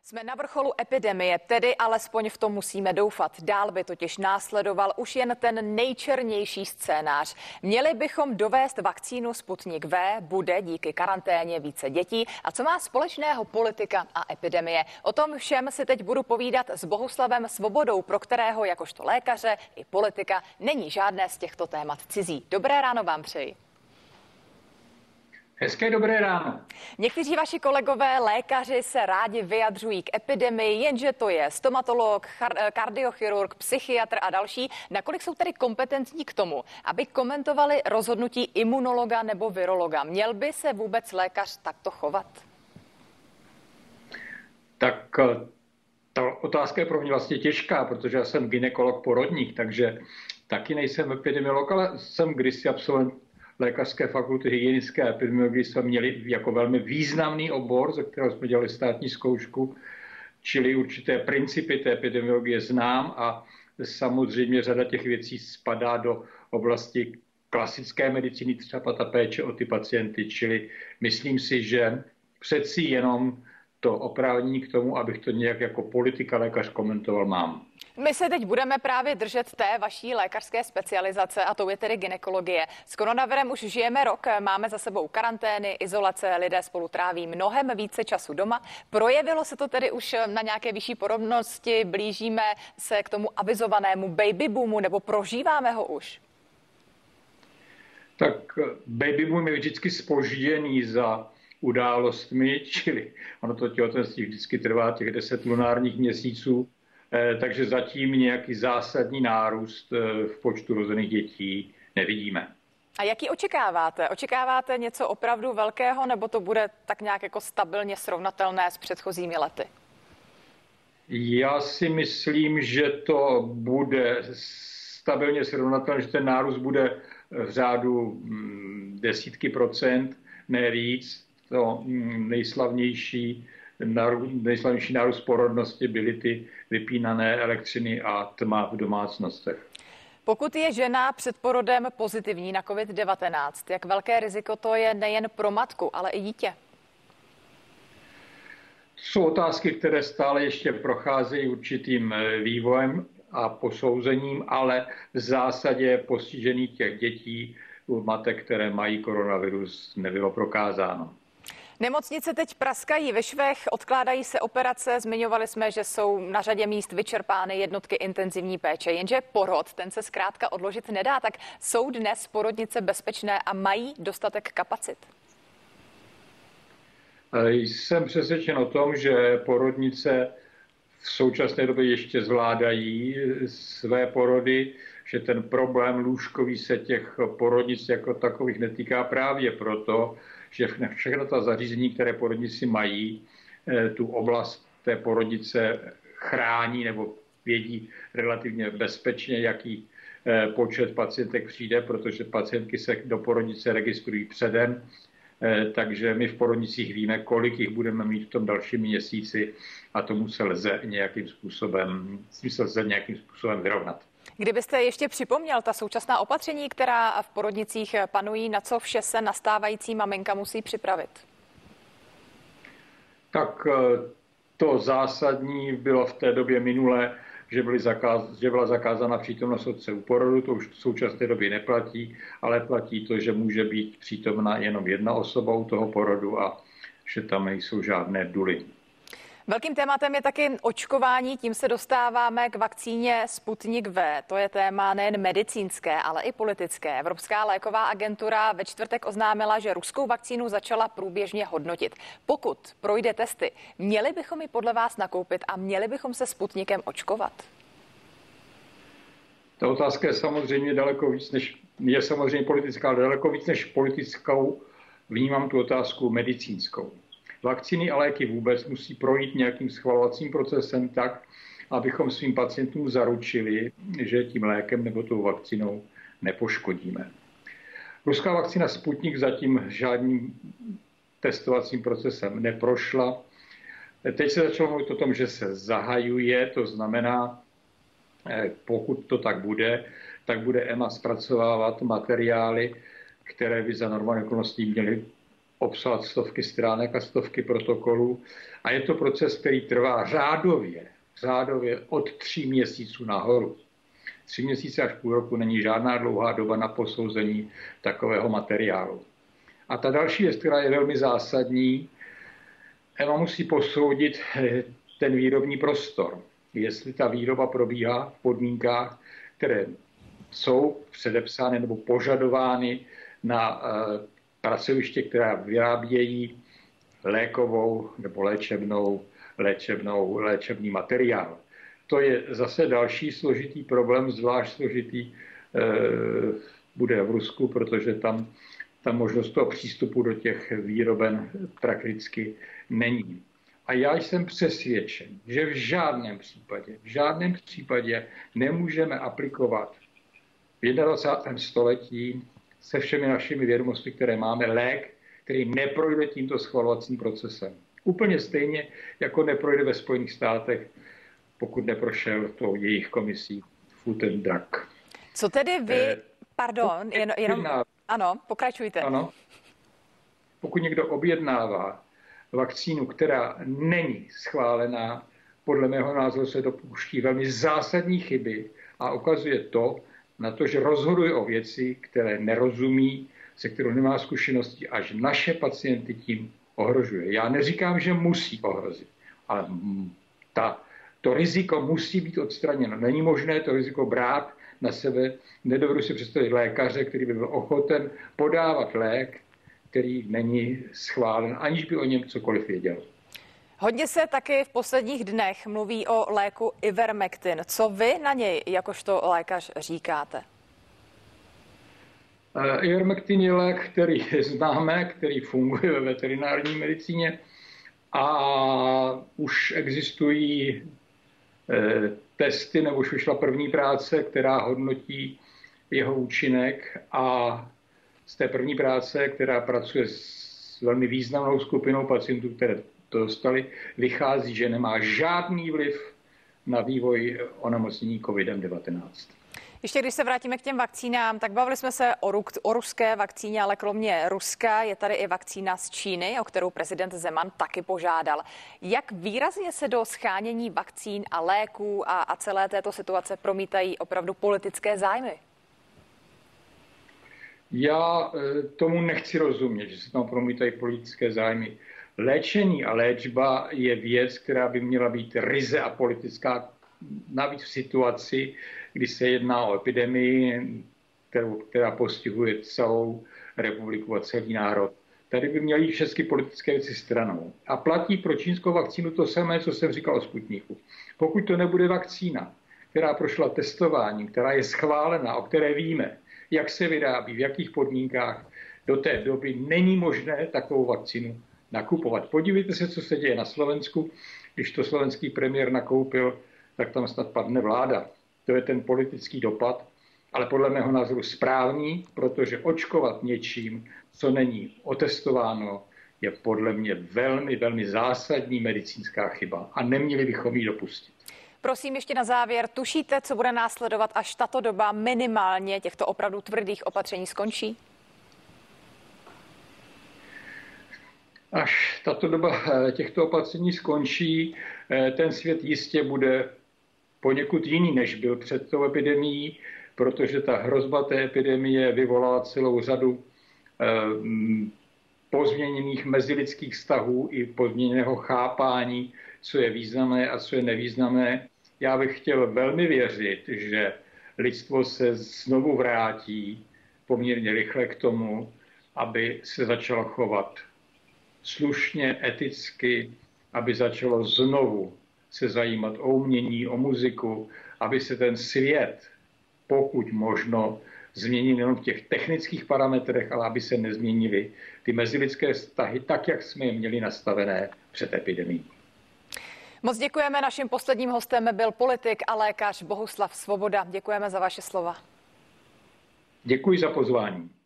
Jsme na vrcholu epidemie, tedy alespoň v tom musíme doufat. Dál by totiž následoval už jen ten nejčernější scénář. Měli bychom dovést vakcínu Sputnik V, bude díky karanténě více dětí. A co má společného politika a epidemie? O tom všem si teď budu povídat s Bohuslavem Svobodou, pro kterého jakožto lékaře i politika není žádné z těchto témat cizí. Dobré ráno vám přeji. Hezké dobré ráno. Někteří vaši kolegové lékaři se rádi vyjadřují k epidemii, jenže to je stomatolog, kardiochirurg, psychiatr a další. Nakolik jsou tedy kompetentní k tomu, aby komentovali rozhodnutí imunologa nebo virologa? Měl by se vůbec lékař takto chovat? Tak ta otázka je pro mě vlastně těžká, protože já jsem gynekolog porodník, takže taky nejsem epidemiolog, ale jsem kdysi absolvent lékařské fakulty hygienické a epidemiologie jsme měli jako velmi významný obor, ze kterého jsme dělali státní zkoušku, čili určité principy té epidemiologie znám a samozřejmě řada těch věcí spadá do oblasti klasické medicíny, třeba ta péče o ty pacienty, čili myslím si, že přeci jenom to oprávnění k tomu, abych to nějak jako politika lékař komentoval, mám. My se teď budeme právě držet té vaší lékařské specializace a to je tedy gynekologie. S koronavirem už žijeme rok, máme za sebou karantény, izolace, lidé spolu tráví mnohem více času doma. Projevilo se to tedy už na nějaké vyšší podobnosti, blížíme se k tomu avizovanému baby boomu nebo prožíváme ho už? Tak baby boom je vždycky zpožděný za událostmi, čili ono to těhotenství vždycky trvá těch 10 lunárních měsíců, takže zatím nějaký zásadní nárůst v počtu rozených dětí nevidíme. A jaký očekáváte? Očekáváte něco opravdu velkého, nebo to bude tak nějak jako stabilně srovnatelné s předchozími lety? Já si myslím, že to bude stabilně srovnatelné, že ten nárůst bude v řádu desítky procent, ne víc. To nejslavnější nárůst porodnosti byly ty vypínané elektřiny a tma v domácnostech. Pokud je žena před porodem pozitivní na COVID-19, jak velké riziko to je nejen pro matku, ale i dítě? Jsou otázky, které stále ještě procházejí určitým vývojem a posouzením, ale v zásadě postižení těch dětí u matek, které mají koronavirus, nebylo prokázáno. Nemocnice teď praskají ve švech, odkládají se operace, zmiňovali jsme, že jsou na řadě míst vyčerpány jednotky intenzivní péče, jenže porod, ten se zkrátka odložit nedá, tak jsou dnes porodnice bezpečné a mají dostatek kapacit? Jsem přesvědčen o tom, že porodnice v současné době ještě zvládají své porody, že ten problém lůžkový se těch porodnic jako takových netýká právě proto, že všechna ta zařízení, které porodnici mají, tu oblast té porodnice chrání nebo vědí relativně bezpečně, jaký počet pacientek přijde, protože pacientky se do porodnice registrují předem, takže my v porodnicích víme, kolik jich budeme mít v tom dalším měsíci a tomu se lze nějakým způsobem vyrovnat. Kdybyste ještě připomněl ta současná opatření, která v porodnicích panují, na co vše se nastávající maminka musí připravit? Tak to zásadní bylo v té době minulé, že byla zakázána přítomnost otce u porodu, to už v současné době neplatí, ale platí to, že může být přítomna jenom jedna osoba u toho porodu a že tam nejsou žádné duly. Velkým tématem je taky očkování, tím se dostáváme k vakcíně Sputnik V. To je téma nejen medicínské, ale i politické. Evropská léková agentura ve čtvrtek oznámila, že ruskou vakcínu začala průběžně hodnotit. Pokud projde testy, měli bychom ji podle vás nakoupit a měli bychom se Sputnikem očkovat? Ta otázka je samozřejmě daleko víc je samozřejmě politická, ale daleko víc než politickou vnímám tu otázku medicínskou. Vakcíny a léky vůbec musí projít nějakým schvalovacím procesem tak, abychom svým pacientům zaručili, že tím lékem nebo tou vakcínou nepoškodíme. Ruská vakcína Sputnik zatím žádným testovacím procesem neprošla. Teď se začalo mluvit o tom, že se zahajuje, to znamená, pokud to tak bude EMA zpracovávat materiály, které by za normální okolností měly obsahovat stovky stránek a stovky protokolů. A je to proces, který trvá řádově od 3 měsíců nahoru. 3 měsíce až půl roku není žádná dlouhá doba na posouzení takového materiálu. A ta další věc, která je velmi zásadní, EMA musí posoudit ten výrobní prostor. Jestli ta výroba probíhá v podmínkách, které jsou předepsány nebo požadovány na pracoviště, která vyrábějí lékovou nebo léčebný materiál. To je zase další složitý problém, zvlášť složitý bude v Rusku, protože tam ta možnost toho přístupu do těch výroben prakticky není. A já jsem přesvědčen, že v žádném případě nemůžeme aplikovat v 21. století se všemi našimi vědomostmi, které máme, lék, který neprojde tímto schvalovacím procesem. Úplně stejně, jako neprojde ve Spojených státech, pokud neprošel tou jejich komisí Food and Drug. Co tedy vy, pardon, jenom, ano, pokračujte. Ano, pokud někdo objednává vakcínu, která není schválená, podle mého názoru se dopouští velmi zásadní chyby a ukazuje to, na to, že rozhoduje o věci, které nerozumí, se kterou nemá zkušenosti, až naše pacienty tím ohrožuje. Já neříkám, že musí ohrozit, ale to riziko musí být odstraněno. Není možné to riziko brát na sebe. Nedovedu si představit lékaře, který by byl ochoten podávat lék, který není schválen, aniž by o něm cokoliv věděl. Hodně se taky v posledních dnech mluví o léku Ivermectin. Co vy na něj jakožto lékař říkáte? Ivermectin je lék, který známe, který funguje ve veterinární medicíně a už existují testy, nebo už vyšla první práce, která hodnotí jeho účinek, a z té první práce, která pracuje s velmi významnou skupinou pacientů, které to dostali, vychází, že nemá žádný vliv na vývoj onemocnění COVID-19. Ještě když se vrátíme k těm vakcínám, tak bavili jsme se o ruské vakcíně, ale kromě Ruska je tady i vakcína z Číny, o kterou prezident Zeman taky požádal. Jak výrazně se do shánění vakcín a léků a celé této situace promítají opravdu politické zájmy? Já tomu nechci rozumět, že se tam promítají politické zájmy. Léčení a léčba je věc, která by měla být ryze a politická, navíc v situaci, kdy se jedná o epidemii, která postihuje celou republiku a celý národ. Tady by měly všechny politické věci stranou. A platí pro čínskou vakcínu to samé, co jsem říkal o Sputniku. Pokud to nebude vakcína, která prošla testováním, která je schválená, o které víme, jak se vyrábí, v jakých podmínkách, do té doby není možné takovou vakcínu nakupovat. Podívejte se, co se děje na Slovensku. Když to slovenský premiér nakoupil, tak tam snad padne vláda. To je ten politický dopad, ale podle mého názoru správný, protože očkovat něčím, co není otestováno, je podle mě velmi, velmi zásadní medicínská chyba a neměli bychom ji dopustit. Prosím ještě na závěr, tušíte, co bude následovat, až tato doba minimálně těchto opravdu tvrdých opatření skončí? Až tato doba těchto opatření skončí, ten svět jistě bude poněkud jiný, než byl před tou epidemií, protože ta hrozba té epidemie vyvolala celou řadu pozměněných mezilidských vztahů i pozměněného chápání, co je významné a co je nevýznamné. Já bych chtěl velmi věřit, že lidstvo se znovu vrátí poměrně rychle k tomu, aby se začalo chovat slušně, eticky, aby začalo znovu se zajímat o umění, o muziku, aby se ten svět, pokud možno, změnil jenom v těch technických parametrech, ale aby se nezměnily ty mezilidské vztahy tak, jak jsme je měli nastavené před epidemií. Moc děkujeme. Naším posledním hostem byl politik a lékař Bohuslav Svoboda. Děkujeme za vaše slova. Děkuji za pozvání.